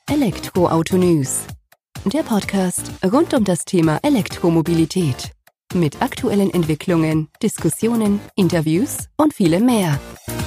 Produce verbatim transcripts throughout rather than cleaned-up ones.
Elektroauto News, der Podcast rund um das Thema Elektromobilität. Mit aktuellen Entwicklungen, Diskussionen, Interviews und vielem mehr.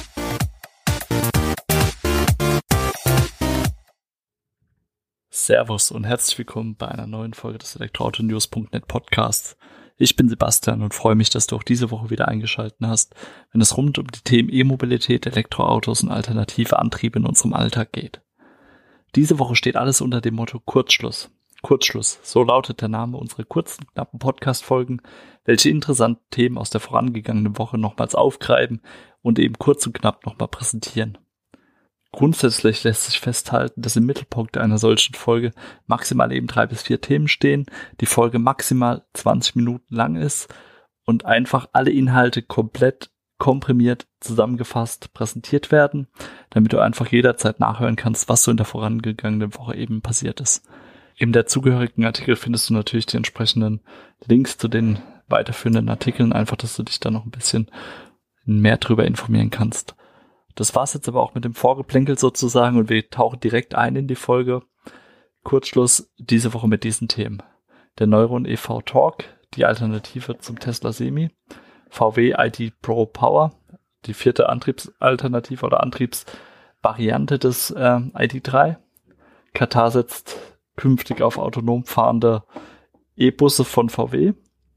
Servus und herzlich willkommen bei einer neuen Folge des Elektroauto-News Punkt net Podcasts. Ich bin Sebastian und freue mich, dass du auch diese Woche wieder eingeschaltet hast, wenn es rund um die Themen E-Mobilität, Elektroautos und alternative Antriebe in unserem Alltag geht. Diese Woche steht alles unter dem Motto Kurzschluss. Kurzschluss, so lautet der Name unserer kurzen, knappen Podcast-Folgen, welche interessanten Themen aus der vorangegangenen Woche nochmals aufgreifen und eben kurz und knapp nochmal präsentieren. Grundsätzlich lässt sich festhalten, dass im Mittelpunkt einer solchen Folge maximal eben drei bis vier Themen stehen, die Folge maximal zwanzig Minuten lang ist und einfach alle Inhalte komplett komprimiert zusammengefasst präsentiert werden, damit du einfach jederzeit nachhören kannst, was so in der vorangegangenen Woche eben passiert ist. In der zugehörigen Artikel findest du natürlich die entsprechenden Links zu den weiterführenden Artikeln, einfach, dass du dich da noch ein bisschen mehr drüber informieren kannst. Das war's jetzt aber auch mit dem Vorgeplänkel sozusagen und wir tauchen direkt ein in die Folge. Kurzschluss diese Woche mit diesen Themen. Der Neuron E V Torque, die Alternative zum Tesla Semi, V W I D Pro Power, die vierte Antriebsalternative oder Antriebsvariante des äh, I D drei. Katar setzt künftig auf autonom fahrende E-Busse von V W.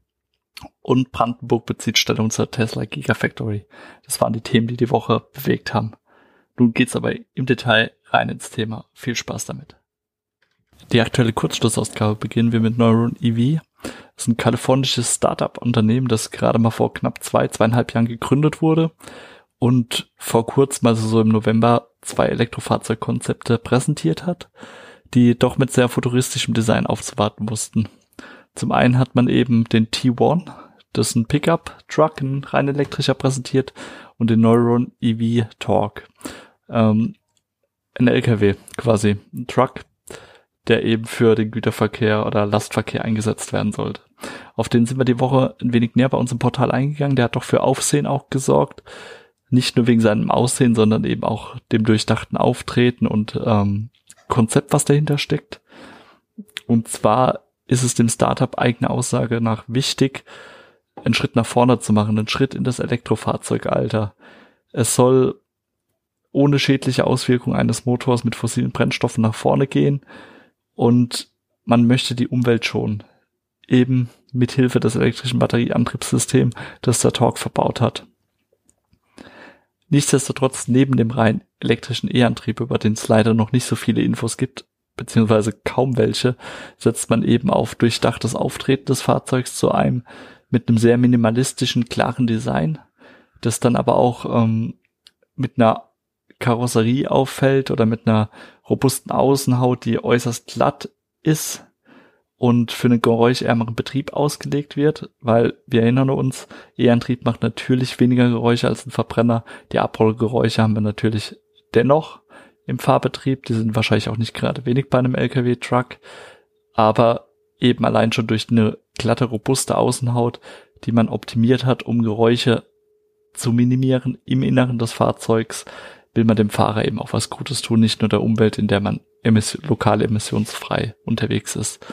Und Brandenburg bezieht Stellung zur Tesla Gigafactory. Das waren die Themen, die die Woche bewegt haben. Nun geht's aber im Detail rein ins Thema. Viel Spaß damit. Die aktuelle Kurzschlussausgabe beginnen wir mit Neuron E V. Das ist ein kalifornisches Startup-Unternehmen, das gerade mal vor knapp zwei, zweieinhalb Jahren gegründet wurde und vor kurzem, also so im November, zwei Elektrofahrzeugkonzepte präsentiert hat, die doch mit sehr futuristischem Design aufzuwarten mussten. Zum einen hat man eben den T eins, das ist ein Pickup-Truck, ein rein elektrischer, präsentiert, und den Neuron E V Torque, ähm, ein L K W quasi, ein Truck, der eben für den Güterverkehr oder Lastverkehr eingesetzt werden sollte. Auf den sind wir die Woche ein wenig näher bei uns im Portal eingegangen. Der hat doch für Aufsehen auch gesorgt, nicht nur wegen seinem Aussehen, sondern eben auch dem durchdachten Auftreten und ähm, Konzept, was dahinter steckt. Und zwar ist es dem Startup eigener Aussage nach wichtig, einen Schritt nach vorne zu machen, einen Schritt in das Elektrofahrzeugalter. Es soll ohne schädliche Auswirkungen eines Motors mit fossilen Brennstoffen nach vorne gehen und man möchte die Umwelt schonen, eben mit Hilfe des elektrischen Batterieantriebssystems, das der Torque verbaut hat. Nichtsdestotrotz, neben dem rein elektrischen E-Antrieb, über den es leider noch nicht so viele Infos gibt, beziehungsweise kaum welche, setzt man eben auf durchdachtes Auftreten des Fahrzeugs zu einem mit einem sehr minimalistischen, klaren Design, das dann aber auch ähm, mit einer Karosserie auffällt oder mit einer robusten Außenhaut, die äußerst glatt ist und für einen geräuschärmeren Betrieb ausgelegt wird, weil wir erinnern uns, E-Antrieb macht natürlich weniger Geräusche als ein Verbrenner. Die Abrollgeräusche haben wir natürlich dennoch im Fahrbetrieb, die sind wahrscheinlich auch nicht gerade wenig bei einem L K W-Truck, aber eben allein schon durch eine glatte, robuste Außenhaut, die man optimiert hat, um Geräusche zu minimieren im Inneren des Fahrzeugs, will man dem Fahrer eben auch was Gutes tun, nicht nur der Umwelt, in der man emiss- lokal emissionsfrei unterwegs ist.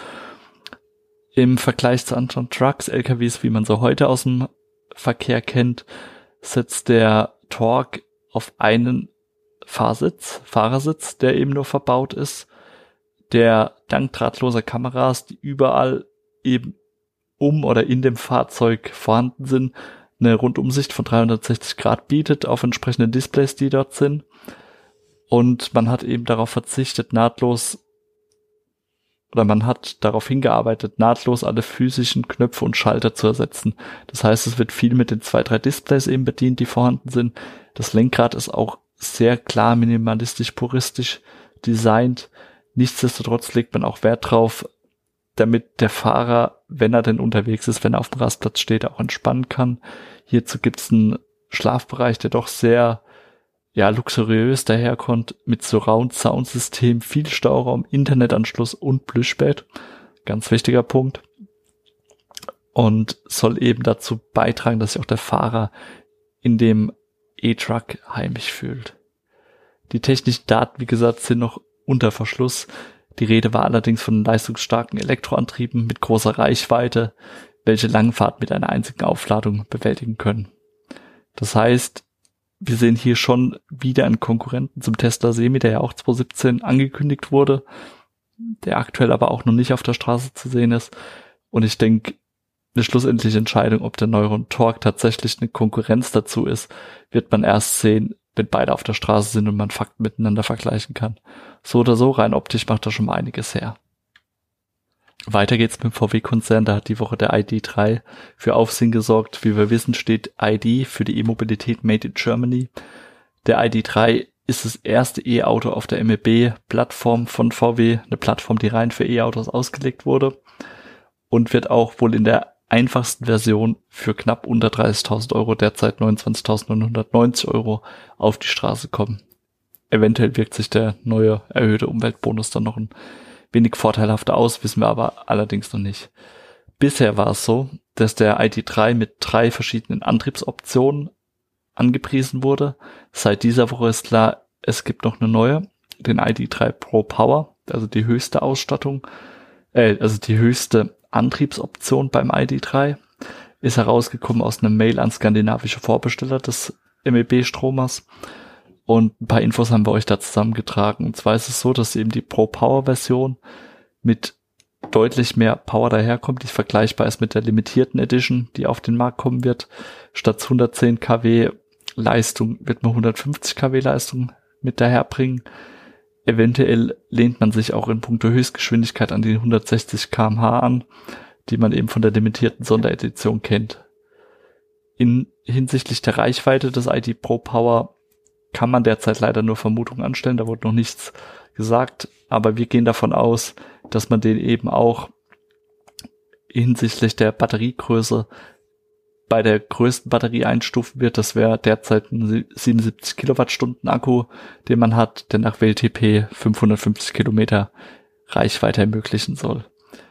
Im Vergleich zu anderen Trucks, L K Ws, wie man so heute aus dem Verkehr kennt, setzt der Torque auf einen Fahrsitz, Fahrersitz, der eben nur verbaut ist, der dank drahtloser Kameras, die überall eben um oder in dem Fahrzeug vorhanden sind, eine Rundumsicht von dreihundertsechzig Grad bietet auf entsprechende Displays, die dort sind. Und man hat eben darauf verzichtet, nahtlos, oder man hat darauf hingearbeitet, nahtlos alle physischen Knöpfe und Schalter zu ersetzen. Das heißt, es wird viel mit den zwei, drei Displays eben bedient, die vorhanden sind. Das Lenkrad ist auch sehr klar minimalistisch, puristisch designt. Nichtsdestotrotz legt man auch Wert drauf, damit der Fahrer, wenn er denn unterwegs ist, wenn er auf dem Rastplatz steht, auch entspannen kann. Hierzu gibt es einen Schlafbereich, der doch sehr ja luxuriös daherkommt, mit Surround-Sound-System, viel Stauraum, Internetanschluss und Plüschbett. Ganz wichtiger Punkt. Und soll eben dazu beitragen, dass sich auch der Fahrer in dem E-Truck heimisch fühlt. Die technischen Daten, wie gesagt, sind noch unter Verschluss. Die Rede war allerdings von leistungsstarken Elektroantrieben mit großer Reichweite, welche Langfahrt mit einer einzigen Aufladung bewältigen können. Das heißt, wir sehen hier schon wieder einen Konkurrenten zum Tesla Semi, der ja auch zwanzig siebzehn angekündigt wurde, der aktuell aber auch noch nicht auf der Straße zu sehen ist. Und ich denke, eine schlussendliche Entscheidung, ob der Neuron Torque tatsächlich eine Konkurrenz dazu ist, wird man erst sehen, wenn beide auf der Straße sind und man Fakten miteinander vergleichen kann. So oder so, rein optisch macht das schon mal einiges her. Weiter geht's mit dem V W-Konzern, da hat die Woche der I D drei für Aufsehen gesorgt. Wie wir wissen, steht I D für die E-Mobilität Made in Germany. Der I D drei ist das erste E-Auto auf der M E B-Plattform von V W, eine Plattform, die rein für E-Autos ausgelegt wurde und wird auch wohl in der einfachsten Version für knapp unter dreißigtausend Euro, derzeit neunundzwanzigtausendneunhundertneunzig Euro, auf die Straße kommen. Eventuell wirkt sich der neue erhöhte Umweltbonus dann noch ein wenig vorteilhafter aus, wissen wir aber allerdings noch nicht. Bisher war es so, dass der I D drei mit drei verschiedenen Antriebsoptionen angepriesen wurde. Seit dieser Woche ist klar, es gibt noch eine neue, den I D drei Pro Power, also die höchste Ausstattung, äh, also die höchste Antriebsoption beim I D drei, ist herausgekommen aus einer Mail an skandinavische Vorbesteller des M E B-Stromers. Und ein paar Infos haben wir euch da zusammengetragen. Und zwar ist es so, dass eben die Pro Power Version mit deutlich mehr Power daherkommt, die vergleichbar ist mit der limitierten Edition, die auf den Markt kommen wird. Statt hundertzehn Kilowatt Leistung wird man hundertfünfzig Kilowatt Leistung mit daherbringen. Eventuell lehnt man sich auch in puncto Höchstgeschwindigkeit an die hundertsechzig Kilometer pro Stunde an, die man eben von der limitierten Sonderedition kennt. In hinsichtlich der Reichweite des I D Pro Power kann man derzeit leider nur Vermutungen anstellen, da wurde noch nichts gesagt, aber wir gehen davon aus, dass man den eben auch hinsichtlich der Batteriegröße bei der größten Batterie einstufen wird. Das wäre derzeit ein siebenundsiebzig Kilowattstunden Akku, den man hat, der nach W L T P fünfhundertfünfzig Kilometer Reichweite ermöglichen soll.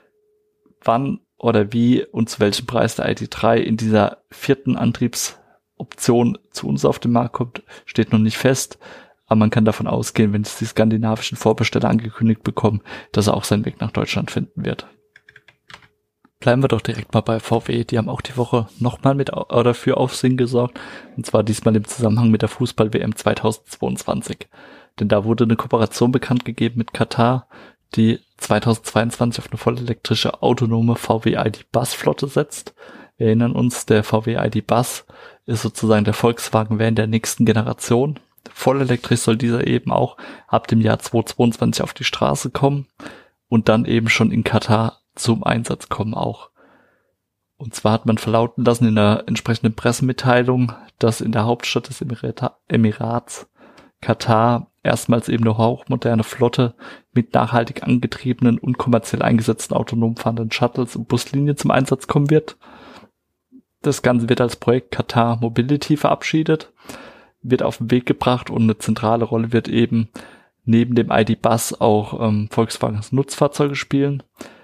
Wann oder wie und zu welchem Preis der I D drei in dieser vierten Antriebsoption zu uns auf den Markt kommt, steht noch nicht fest, aber man kann davon ausgehen, wenn es die skandinavischen Vorbesteller angekündigt bekommen, dass er auch seinen Weg nach Deutschland finden wird. Bleiben wir doch direkt mal bei V W. Die haben auch die Woche nochmal mit oder für Aufsehen gesorgt. Und zwar diesmal im Zusammenhang mit der Fußball-W M zweitausendzweiundzwanzig. Denn da wurde eine Kooperation bekannt gegeben mit Katar, die zweitausendzweiundzwanzig auf eine vollelektrische autonome V W I D-Bus-Flotte setzt. Wir erinnern uns, der V W I D-Bus ist sozusagen der Volkswagen-Van der nächsten Generation. Vollelektrisch soll dieser eben auch ab dem Jahr zweitausendzweiundzwanzig auf die Straße kommen und dann eben schon in Katar zum Einsatz kommen auch. Und zwar hat man verlauten lassen in der entsprechenden Pressemitteilung, dass in der Hauptstadt des Emirata- Emirats Katar erstmals eben eine hochmoderne Flotte mit nachhaltig angetriebenen und kommerziell eingesetzten autonom fahrenden Shuttles und Buslinien zum Einsatz kommen wird. Das Ganze wird als Projekt Qatar Mobility verabschiedet, wird auf den Weg gebracht und eine zentrale Rolle wird eben neben dem I D-Bus auch ähm, Volkswagens Nutzfahrzeuge spielen.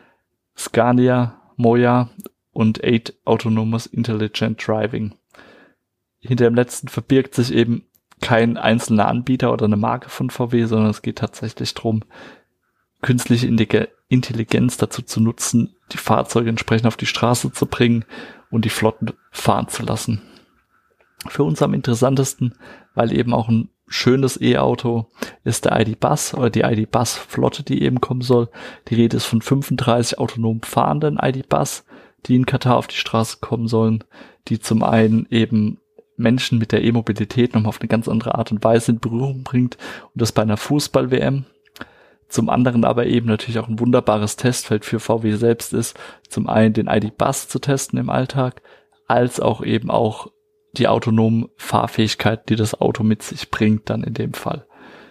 Scania, Moja und Eight Autonomous Intelligent Driving. Hinter dem letzten verbirgt sich eben kein einzelner Anbieter oder eine Marke von V W, sondern es geht tatsächlich darum, künstliche Intelligenz dazu zu nutzen, die Fahrzeuge entsprechend auf die Straße zu bringen und die Flotten fahren zu lassen. Für uns am interessantesten, weil eben auch ein schönes E-Auto ist der I D-Bus oder die I D-Bus-Flotte, die eben kommen soll. Die Rede ist von fünfunddreißig autonom fahrenden I D-Bus, die in Katar auf die Straße kommen sollen, die zum einen eben Menschen mit der E-Mobilität nochmal auf eine ganz andere Art und Weise in Berührung bringt und das bei einer Fußball-W M. Zum anderen aber eben natürlich auch ein wunderbares Testfeld für V W selbst ist, zum einen den I D-Bus zu testen im Alltag, als auch eben auch die autonomen Fahrfähigkeit, die das Auto mit sich bringt, dann in dem Fall.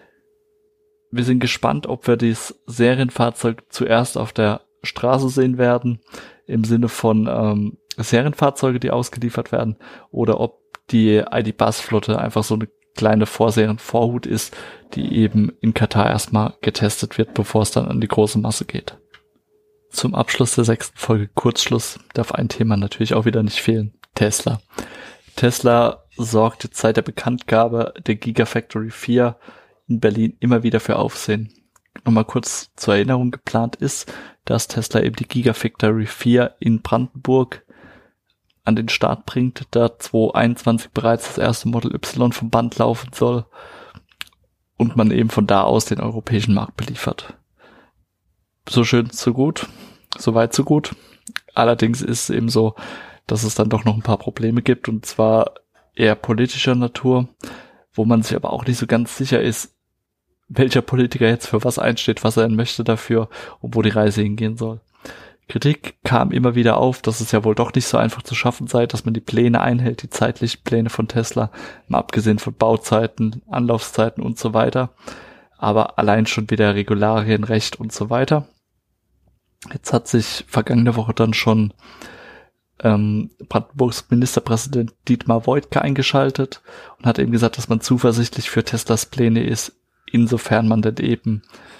Wir sind gespannt, ob wir das Serienfahrzeug zuerst auf der Straße sehen werden, im Sinne von ähm, Serienfahrzeuge, die ausgeliefert werden, oder ob die I D-Bus-Flotte einfach so eine kleine Vorserienvorhut ist, die eben in Katar erstmal getestet wird, bevor es dann an die große Masse geht. Zum Abschluss der sechsten Folge Kurzschluss darf ein Thema natürlich auch wieder nicht fehlen. Tesla. Tesla sorgt jetzt seit der Bekanntgabe der Gigafactory vier in Berlin immer wieder für Aufsehen. nochmal kurz zur Erinnerung geplant ist, dass Tesla eben die Gigafactory vier in Brandenburg an den Start bringt, da zwanzig einundzwanzig bereits das erste Model Y vom Band laufen soll und man eben von da aus den europäischen Markt beliefert. So schön, so gut, so weit, so gut. Allerdings ist es eben so, dass es dann doch noch ein paar Probleme gibt, und zwar eher politischer Natur, wo man sich aber auch nicht so ganz sicher ist, welcher Politiker jetzt für was einsteht, was er denn möchte dafür und wo die Reise hingehen soll. Kritik kam immer wieder auf, dass es ja wohl doch nicht so einfach zu schaffen sei, dass man die Pläne einhält, die zeitlichen Pläne von Tesla, mal abgesehen von Bauzeiten, Anlaufzeiten und so weiter, aber allein schon wieder Regularien, Recht und so weiter. Jetzt hat sich vergangene Woche dann schon ähm, Brandenburgs Ministerpräsident Dietmar Woidke eingeschaltet und hat eben gesagt, dass man zuversichtlich für Teslas Pläne ist, insofern man denn eben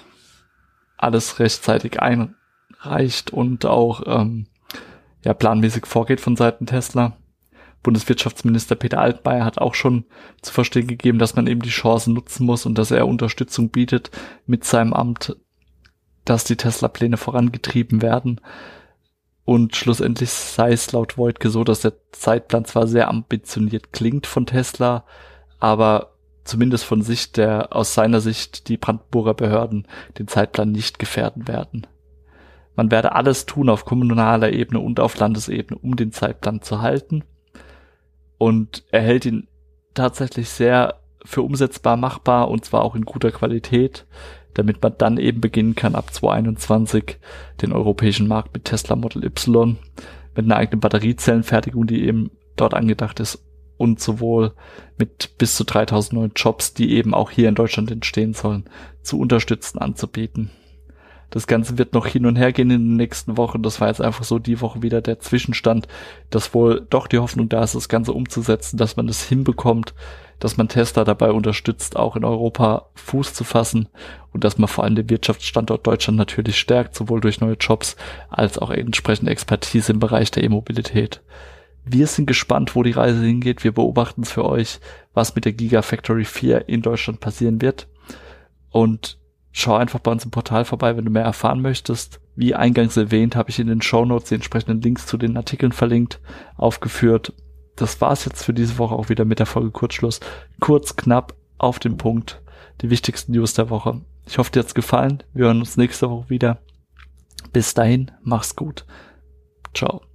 alles rechtzeitig ein reicht und auch ähm, ja planmäßig vorgeht von Seiten Tesla. Bundeswirtschaftsminister Peter Altmaier hat auch schon zu verstehen gegeben, dass man eben die Chancen nutzen muss und dass er Unterstützung bietet mit seinem Amt, dass die Tesla-Pläne vorangetrieben werden. Und schlussendlich sei es laut Woidke so, dass der Zeitplan zwar sehr ambitioniert klingt von Tesla, aber zumindest von Sicht der, aus seiner Sicht, die Brandenburger Behörden den Zeitplan nicht gefährden werden. Man werde alles tun auf kommunaler Ebene und auf Landesebene, um den Zeitplan zu halten. Und er hält ihn tatsächlich sehr für umsetzbar machbar, und zwar auch in guter Qualität, damit man dann eben beginnen kann, ab zwanzig einundzwanzig den europäischen Markt mit Tesla Model Y, mit einer eigenen Batteriezellenfertigung, die eben dort angedacht ist, und sowohl mit bis zu dreitausend neuen Jobs, die eben auch hier in Deutschland entstehen sollen, zu unterstützen, anzubieten. Das Ganze wird noch hin und her gehen in den nächsten Wochen. Das war jetzt einfach so die Woche wieder der Zwischenstand, dass wohl doch die Hoffnung da ist, das Ganze umzusetzen, dass man das hinbekommt, dass man Tesla dabei unterstützt, auch in Europa Fuß zu fassen, und dass man vor allem den Wirtschaftsstandort Deutschland natürlich stärkt, sowohl durch neue Jobs als auch entsprechende Expertise im Bereich der E-Mobilität. Wir sind gespannt, wo die Reise hingeht. Wir beobachten es für euch, was mit der Gigafactory vier in Deutschland passieren wird. Und schau einfach bei uns im Portal vorbei, wenn du mehr erfahren möchtest. Wie eingangs erwähnt, habe ich in den Shownotes die entsprechenden Links zu den Artikeln verlinkt, aufgeführt. Das war's jetzt für diese Woche auch wieder mit der Folge Kurzschluss. Kurz, knapp, auf den Punkt. Die wichtigsten News der Woche. Ich hoffe, dir hat's gefallen. Wir hören uns nächste Woche wieder. Bis dahin, mach's gut. Ciao.